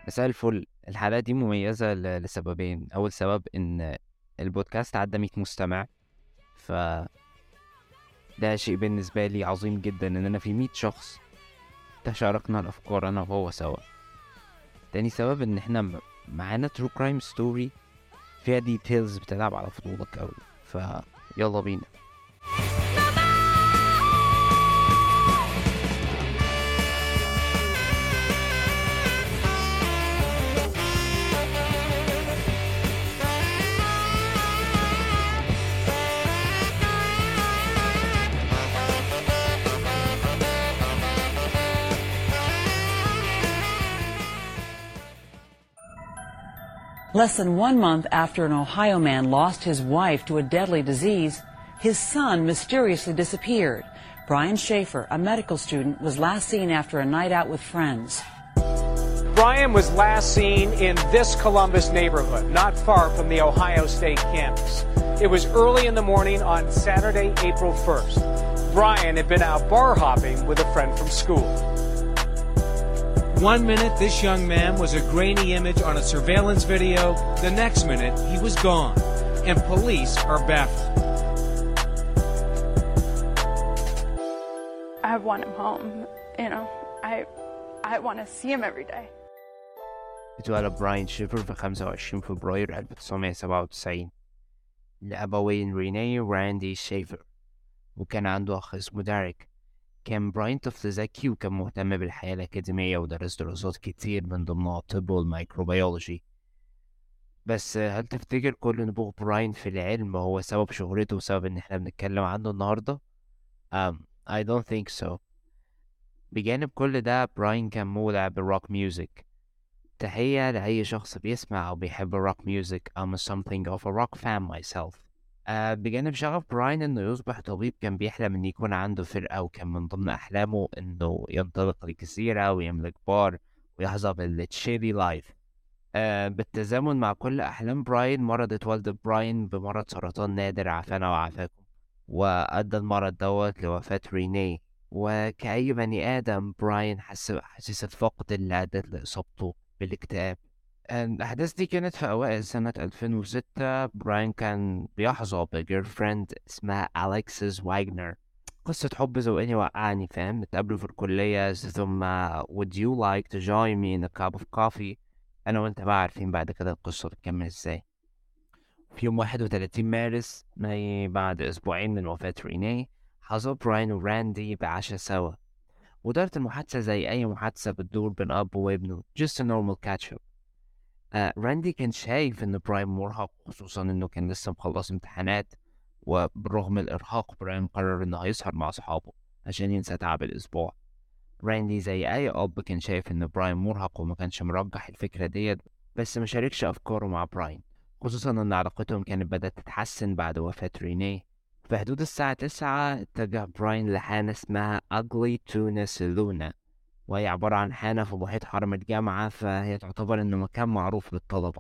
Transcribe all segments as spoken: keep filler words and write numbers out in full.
مساء الفل. الحلقة دي مميزة ل- لسببين. أول سبب إن البودكاست عدى مية مستمع، فده شيء بالنسبة لي عظيم جدا إننا في مية شخص تشاركنا الأفكار أنا وهو سوا. تاني سبب إن إحنا م- معانا ترو كرايم ستوري فيها ديتيلز بتلعب على فضولك أوي، فيلا بينا. Less than one month after an Ohio man lost his wife to a deadly disease, his son mysteriously disappeared. Brian Schaefer, a medical student, was last seen after a night out with friends. Brian was last seen in this Columbus neighborhood, not far from the Ohio State campus. It was early in the morning on Saturday, April first. Brian had been out bar hopping with a friend from school. One minute, this young man was a grainy image on a surveillance video. The next minute, he was gone, and police are baffled. I want him home, you know. I I want to see him every day. اتولد براين شيفر في خمسة وعشرين فبراير ألف وتسعمية سبعة وتسعين لأبوين ريني وراندي شيفر، وكان عنده أخ اسمه داريك. كان براين طفل ذكي وكان مهتم بالحياة الأكاديمية ودرس دراسات كتير من ضمنها الطب والميكروبيولوجي. بس هل تفتكر كل نبوغ براين في العلم هو سبب شهرته وسبب إن احنا بنتكلم عنه النهاردة؟ um, I don't think so. بجانب كل ده براين كان مولع بالروك ميوزك. تحية لأي شخص بيسمع أو بيحب الروك ميوزك. I'm something of a rock fan myself. آه بجانب شغف براين إنه يصبح طبيب، كان بيحلم إن يكون عنده فرقة، وكان من ضمن أحلامه إنه ينطلق لجزيرة ويملك بار ويحظى بالتشيري لايف. آه بالتزامن مع كل أحلام براين، مرضت والدة براين بمرض سرطان نادر عافانا وعافاكم، وأدى المرض دوت لوفاة رينيه. وكأي بني آدم براين حس حاسس الفقد اللي أدت لإصابته بالاكتئاب. الأحداث دي كانت في أوائل سنة ألفين وستة. براين كان بيحظى بجير فريند اسمها أليكسيس واجنر. قصة حب زوجاني وقعني، فاهم؟ اتقابلوا في الكلية، ثم would you like to join me in a cup of coffee. أنا وأنت بقى عارفين بعد كده القصة بتكمل ازاي. في يوم واحد وتلاتين مارس، ماي بعد أسبوعين من وفاة رينيه، حظى براين وراندي بعشاء سوا، ودارت المحادثة زي أي محادثة بتدور بين أب وابنه. just a normal catch up. آه راندي كان شايف إن براين مرهق، خصوصا إنه كان لسه مخلص امتحانات، وبرغم الإرهاق براين قرر إنه هيسهر مع أصحابه عشان ينسى تعب الأسبوع. راندي زي أي أب كان شايف إن براين مرهق وما كانش مرجح الفكرة ديت، بس مشاركش أفكاره مع براين، خصوصا إن علاقتهم كانت بدأت تتحسن بعد وفاة رينيه. في حدود الساعة تسعة اتجه براين لحانة اسمها أجلي تونا سلونا، وهي عبارة عن حانة في محيط حرم الجامعة، فهي تعتبر إنه مكان معروف للطلبة.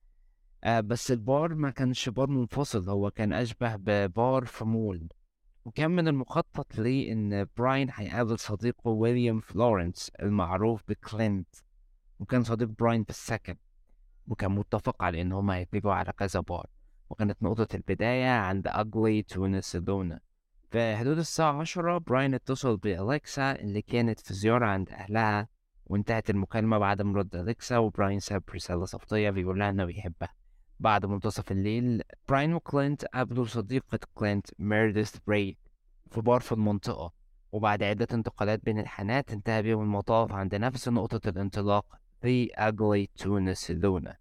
آه بس البار ما كانش بار منفصل، هو كان أشبه ببار في مول. وكان من المخطط ليه إن براين هيقابل صديقه ويليام فلورنس المعروف بكلينت، وكان صديق براين في السكن، وكان متفق على إن هما هيتفقوا على كذا بار. وكانت نقطة البداية عند أجلي تونا سلونا. في حدود الساعة عشرة براين اتصل بأليكسا اللي كانت في زيارة عند أهلها، وانتهت المكالمة بعد ما رد أليكسا، وبراين ساب رسالة صوتية بيقول لها إنه بيحبها. بعد منتصف الليل، براين وكلينت قابلوا صديقة كلينت ميرديث بريد في بار في المنطقة، وبعد عدة انتقالات بين الحانات انتهى بيهم المطاف عند نفس نقطة الانطلاق The Ugly Tuna Saloon.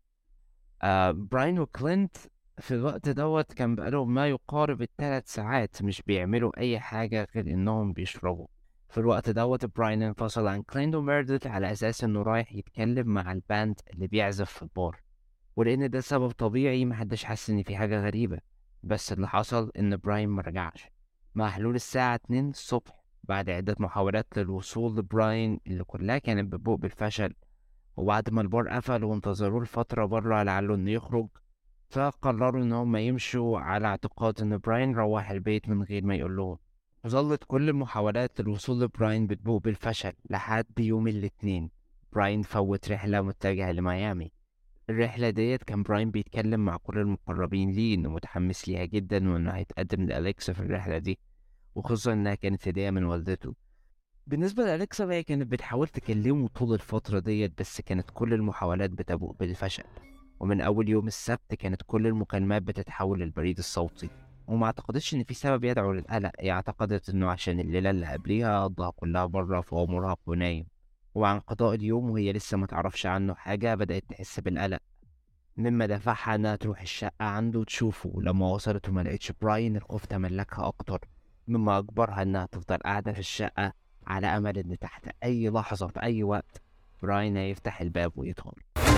آه براين وكلينت في الوقت دوت كان بقالهم ما يقارب الثلاث ساعات مش بيعملوا أي حاجة غير إنهم بيشربوا. في الوقت دوت براين انفصل عن كلينت وميردت على أساس إنه رايح يتكلم مع الباند اللي بيعزف في البار، ولأن ده سبب طبيعي محدش حس إن في حاجة غريبة. بس اللي حصل إن براين مرجعش. مع حلول الساعة اتنين الصبح، بعد عدة محاولات للوصول لبراين اللي كلها كانت بتبوء بالفشل، وبعد ما البار قفل وانتظروه لفترة بره لعله إنه يخرج، فقرروا إن هم يمشوا على اعتقاد إن براين روح البيت من غير ما يقولهم. ظلت كل المحاولات للوصول لبراين بتبوء بالفشل لحد يوم الاثنين، براين فوت رحلة متجهة لميامي. الرحلة ديت كان براين بيتكلم مع كل المقربين ليه إنه متحمس ليها جدا وإنه هيتقدم لأليكسا في الرحلة دي، وخصوصا إنها كانت هدية من والدته. بالنسبة لأليكسا هي كانت بتحاول تكلمه طول الفترة ديت، بس كانت كل المحاولات بتبوء بالفشل. ومن أول يوم السبت كانت كل المكالمات بتتحول للبريد الصوتي، وما اعتقدتش إن في سبب يدعو للقلق. هي اعتقدت إنه عشان الليلة اللي قبليها قضاها كلها بره فهو مرهق ونايم، ومع انقضاء اليوم وهي لسه ما تعرفش عنه حاجة بدأت تحس بالقلق، مما دفعها إنها تروح الشقة عنده وتشوفه. لما وصلت وما لقيتش براين الخوف تملكها أكتر، مما أجبرها إنها تفضل قاعدة في الشقة على أمل إن تحت أي لحظة في أي وقت براين هيفتح الباب ويدخل.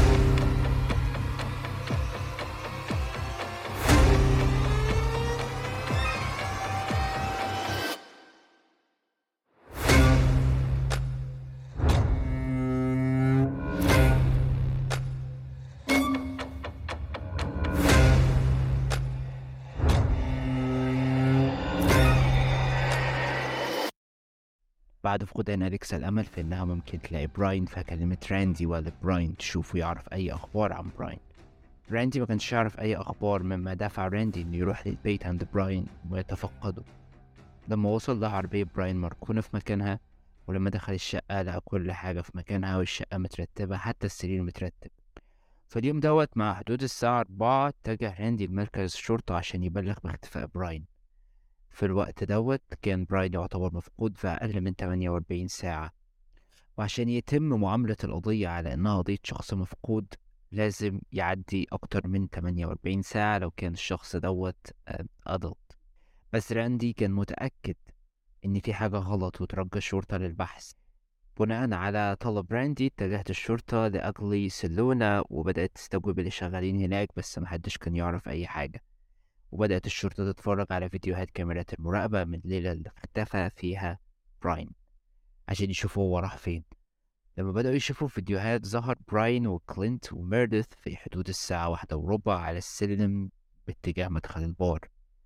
بعد فقدان أليكسا الأمل في إنها ممكن تلاقي براين، فكلمت راندي والد براين تشوفه يعرف أي أخبار عن براين. راندي ما كانش يعرف أي أخبار، مما دفع راندي إنه يروح للبيت عند براين ويتفقده. لما وصل لقى عربية براين مركونة في مكانها، ولما دخل الشقة لقى كل حاجة في مكانها والشقة مترتبة حتى السرير مترتب. في اليوم دوت مع حدود الساعة أربعة اتجه راندي لمركز الشرطة عشان يبلغ باختفاء براين. في الوقت دوت كان براين يعتبر مفقود في أقل من ثمانية وأربعين ساعة، وعشان يتم معاملة القضية على إنها قضية شخص مفقود لازم يعدي أكتر من ثمانية وأربعين ساعة لو كان الشخص دوت أدلت. بس راندي كان متأكد إن في حاجة غلط وترجى الشرطة للبحث. بناء على طلب راندي اتجهت الشرطة لأجلي سلونا وبدأت تستجوب اللي شغالين هناك، بس محدش كان يعرف أي حاجة. وبدأت الشرطة تتفرج على فيديوهات كاميرات المراقبة من الليلة اللي اختفى فيها براين عشان يشوفوا هو راح فين. لما بدأوا يشوفوا فيديوهات ظهر براين وكلينت وميردث في حدود الساعة واحدة وربع على السلم باتجاه مدخل البار،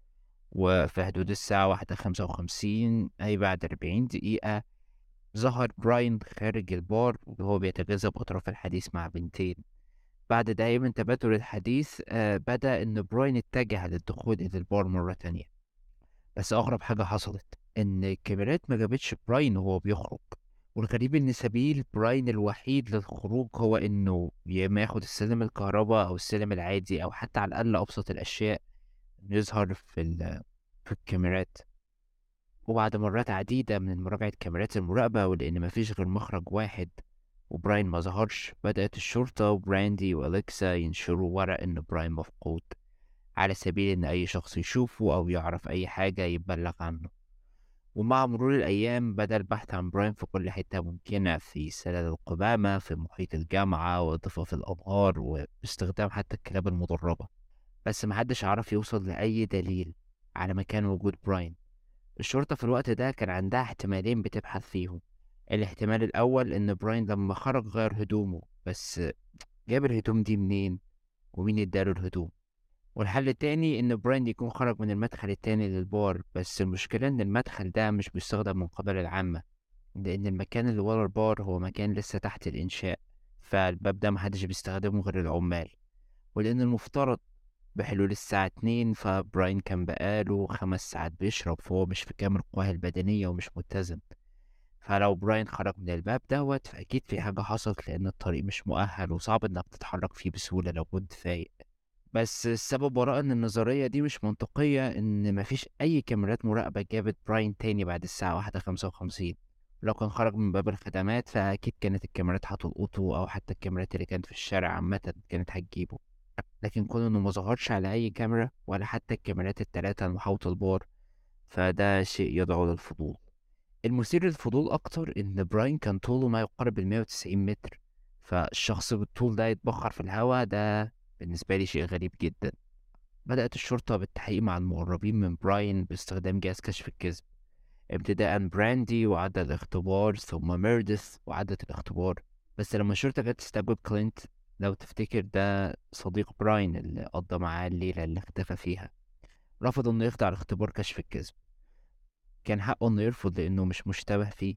وفي حدود الساعة واحدة خمسة وخمسين أي بعد أربعين دقيقة ظهر براين خارج البار وهو بيتجاذب أطراف الحديث مع بنتين. بعد دقايق من تبادل الحديث آه بدأ إن براين اتجه للدخول إلى البار مرة تانية. بس أغرب حاجة حصلت إن الكاميرات ما جابتش براين وهو بيخرج، والغريب إن سبيل براين الوحيد للخروج هو إنه يا إما ياخد السلم الكهرباء أو السلم العادي أو حتى على الأقل أبسط الأشياء إنه يظهر في, في الكاميرات. وبعد مرات عديدة من مراجعة كاميرات المراقبة ولأن مفيش غير مخرج واحد وبراين ما ظهرش، بدأت الشرطة وبراندي وأليكسا ينشروا ورق إن براين مفقود، على سبيل إن أي شخص يشوفه أو يعرف أي حاجة يبلغ عنه. ومع مرور الأيام بدأ البحث عن براين في كل حتة ممكنة، في سلال القمامة، في محيط الجامعة، وضفاف الأنهار، واستخدام حتى الكلاب المدربة، بس محدش عرف يوصل لأي دليل على مكان وجود براين. الشرطة في الوقت ده كان عندها احتمالين بتبحث فيهم. الاحتمال الأول إن براين لما خرج غير هدومه، بس جاب الهدوم دي منين ومين اداله الهدوم؟ والحل التاني إن براين يكون خرج من المدخل التاني للبار، بس المشكلة إن المدخل ده مش بيستخدم من قبل العامة، لأن المكان اللي ورا البار هو مكان لسه تحت الإنشاء، فالباب ده محدش بيستخدمه غير العمال. ولأن المفترض بحلول الساعة اتنين فبراين كان بقاله خمس ساعات بيشرب، فهو مش في كامل قواه البدنية ومش متزن. فلو براين خرج من الباب دوت فأكيد في حاجة حصلت، لأن الطريق مش مؤهل وصعب إنك تتحرك فيه بسهولة لو كنت فايق. بس السبب وراء إن النظرية دي مش منطقية إن مفيش أي كاميرات مراقبة جابت براين تاني بعد الساعة واحدة خمسة وخمسين. لو كان خرج من باب الخدمات فأكيد كانت الكاميرات هتلقطه، أو حتى الكاميرات اللي كانت في الشارع عامة كانت هتجيبه. لكن كونه إنه مظهرش على أي كاميرا ولا حتى الكاميرات التلاتة المحاوطة البار، فده شيء يدعو للفضول. المثير للفضول أكتر إن براين كان طوله ما يقارب المية وتسعين متر، فالشخص بالطول ده يتبخر في الهواء، ده بالنسبة لي شيء غريب جدا. بدأت الشرطة بالتحقيق مع المقربين من براين باستخدام جهاز كشف الكذب، ابتداء براندي وعدد الاختبار ثم ميردث وعدد الاختبار. بس لما الشرطة جت تستجوب كلينت، لو تفتكر ده صديق براين اللي قضى معاه الليلة اللي اختفى فيها، رفض انه يخضع لاختبار كشف الكذب. كان حقه انه يرفض لانه مش مشتبه فيه،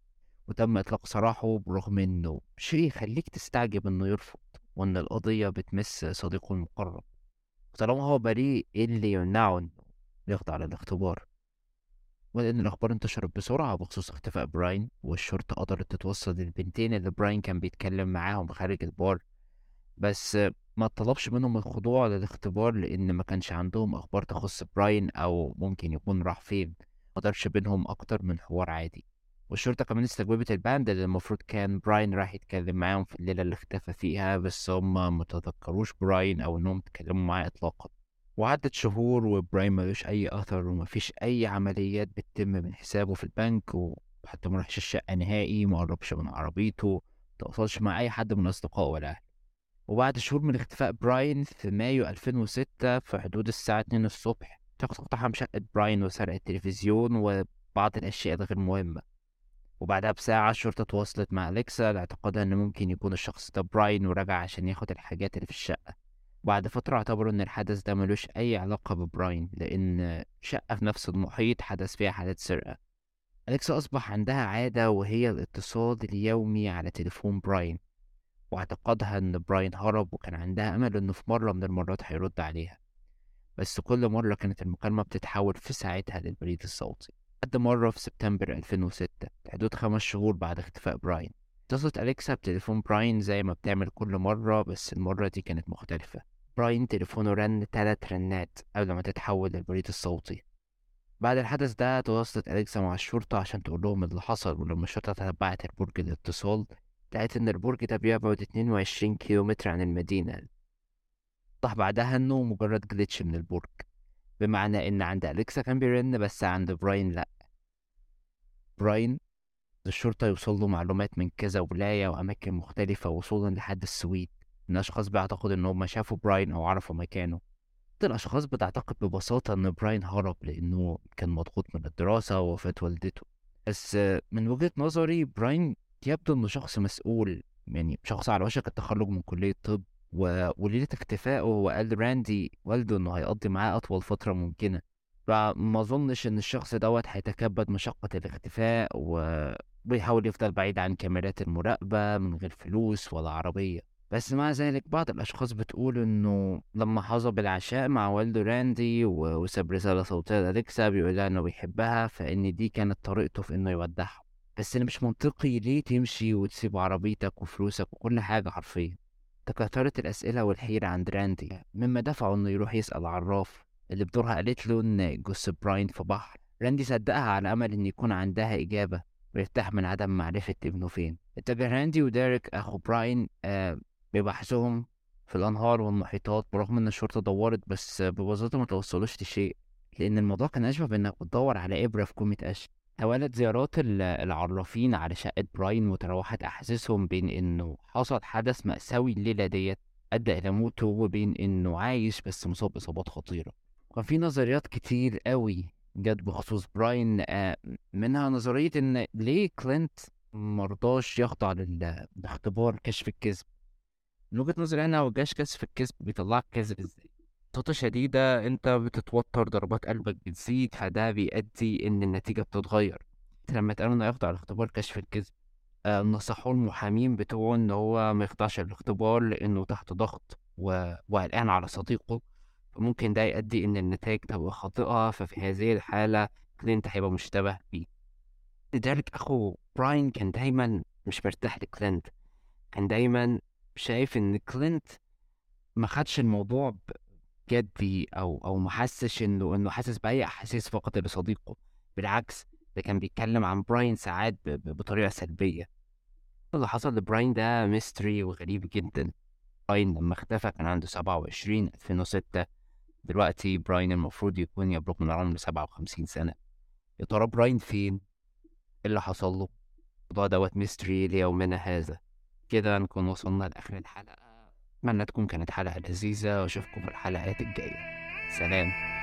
وتم إطلاق سراحه برغم إنه شيء يخليك تستعجب إنه يرفض، وإن القضية بتمس صديقه المقرب. وطالما هو بريء، إيه اللي يمنعه إنه يخضع للاختبار؟ ولأن الأخبار انتشرت بسرعة بخصوص اختفاء براين، والشرطة قدرت تتوصل للبنتين اللي براين كان بيتكلم معاهم خارج البار، بس ما طلبش منهم الخضوع للاختبار لأن ما كانش عندهم أخبار تخص براين أو ممكن يكون راح فين. مقدرش بينهم أكتر من حوار عادي. والشرطة كمان استجوبت الباند اللي المفروض كان براين راح يتكلم معاهم في الليلة اللي اختفى فيها، بس هم متذكروش براين أو إنهم اتكلموا معاه إطلاقا. وعدت شهور وبراين ملوش أي أثر، ومفيش أي عمليات بتتم من حسابه في البنك، وحتى مرحش الشقة نهائي، مقربش من عربيته، متواصلش مع أي حد من أصدقائه ولا أهله. وبعد شهور من اختفاء براين في مايو ألفين وستة في حدود الساعة اتنين الصبح، شخص اقتحم شقة براين وسرق التلفزيون وبعض الأشياء الغير مهمة. وبعدها بساعة الشرطة تواصلت مع أليكسا لاعتقادها إن ممكن يكون الشخص ده براين ورجع عشان ياخد الحاجات اللي في الشقة. بعد فترة اعتبروا إن الحدث ده ملوش أي علاقة ببراين، لأن شقة في نفس المحيط حدث فيها حالات سرقة. أليكسا أصبح عندها عادة وهي الاتصال اليومي على تليفون براين، واعتقادها إن براين هرب، وكان عندها أمل إنه في مرة من المرات هيرد عليها. بس كل مرة كانت المكالمة بتتحول في ساعتها للبريد الصوتي. لحد مرة في سبتمبر ألفين وستة، في حدود خمس شهور بعد اختفاء براين، اتصلت أليكسا بتليفون براين زي ما بتعمل كل مرة، بس المرة دي كانت مختلفة. براين تليفونه رن تلات رنات قبل ما تتحول للبريد الصوتي. بعد الحدث ده تواصلت أليكسا مع الشرطة عشان تقول لهم اللي حصل، ولما الشرطة تتبعت البرج الاتصال لقيت إن البرج ده بيبعد اتنين وعشرين كيلومتر عن المدينة. اتضح بعدها إنه مجرد جليتش من البرج، بمعنى إن عند أليكسا كان بيرن بس عند براين لأ. براين الشرطة يوصل له معلومات من كذا ولاية وأماكن مختلفة وصولا لحد السويد، من أشخاص بيعتقد إن هم شافوا براين أو عرفوا مكانه. الأشخاص بتعتقد ببساطة إن براين هرب لأنه كان مضغوط من الدراسة ووفاة والدته. بس من وجهة نظري براين يبدو إنه شخص مسؤول، يعني شخص على وشك التخرج من كلية طب، و... وليلة اختفائه وقال راندي والده إنه هيقضي معاه أطول فترة ممكنة. فما أظنش إن الشخص دوت هيتكبد مشقة الاختفاء و... ويحاول يفضل بعيد عن كاميرات المراقبة من غير فلوس ولا عربية. بس مع ذلك بعض الأشخاص بتقول إنه لما حظى بالعشاء مع والده راندي و- وساب رسالة صوتية لأليكسا بيقولها إنه بيحبها، فإن دي كانت طريقته في إنه يودعها. بس اللي مش منطقي، ليه تمشي وتسيب عربيتك وفلوسك وكل حاجة حرفيا؟ تكاثرت الأسئلة والحيرة عند راندي، مما دفعه إنه يروح يسأل عراف اللي بدورها قالت له إن جثة براين في بحر. راندي صدقها على أمل إن يكون عندها إجابة ويرتاح من عدم معرفة ابنه فين. اتجه راندي وديريك أخو براين آه ببحثهم في الأنهار والمحيطات، برغم إن الشرطة دورت بس ببساطة ما توصلوش لشيء، لأن الموضوع كان أشبه بإنك بتدور على إبرة في كومة قش. توالت زيارات ال- العرافين على شقة براين، وتراوحت أحاسيسهم بين إنه حصل حدث مأساوي الليلة ديت أدى إلى موته، وبين إنه عايش بس مصاب بإصابات خطيرة. وكان في نظريات كتير قوي جت بخصوص براين، آه، منها نظرية إن ليه كلينت مرضاش يخضع لل- لاختبار كشف الكذب. من وجهة نظري أنا، وجاش كشف الكذب بيطلعك كذب إزاي؟ ببساطة شديدة أنت بتتوتر، ضربات قلبك بتزيد، فده بيؤدي إن النتيجة بتتغير. لما اتقال إنه يخضع لاختبار كشف الكذب، آه، نصحوه المحامين بتوعه إن هو ما يخضعش للاختبار لأنه تحت ضغط و... وقلقان على صديقه، فممكن ده يؤدي إن النتائج تبقى خاطئة، ففي هذه الحالة كلينت هيبقى مشتبه بيه. لذلك أخو براين كان دايما مش مرتاح لكلينت، كان دايما شايف إن كلينت ما خدش الموضوع بجدي أو أو ما حسش إنه إنه حاسس بأي أحاسيس فقط لصديقه. بالعكس، ده كان بيتكلم عن براين ساعات ب... ب... بطريقة سلبية. اللي حصل لبراين ده ميستري وغريب جدا. براين لما اختفى كان عنده سبعة وعشرين ألفين وستة، دلوقتي براين المفروض يكون يبلغ من العمر سبعة وخمسين سنة. يا ترى براين فين؟ ايه اللي حصل له؟ الموضوع دوت ميستري ليومنا هذا. كده نكون وصلنا لآخر الحلقة. أتمنى تكون كانت حلقة لذيذة، وأشوفكم في الحلقات الجاية. سلام.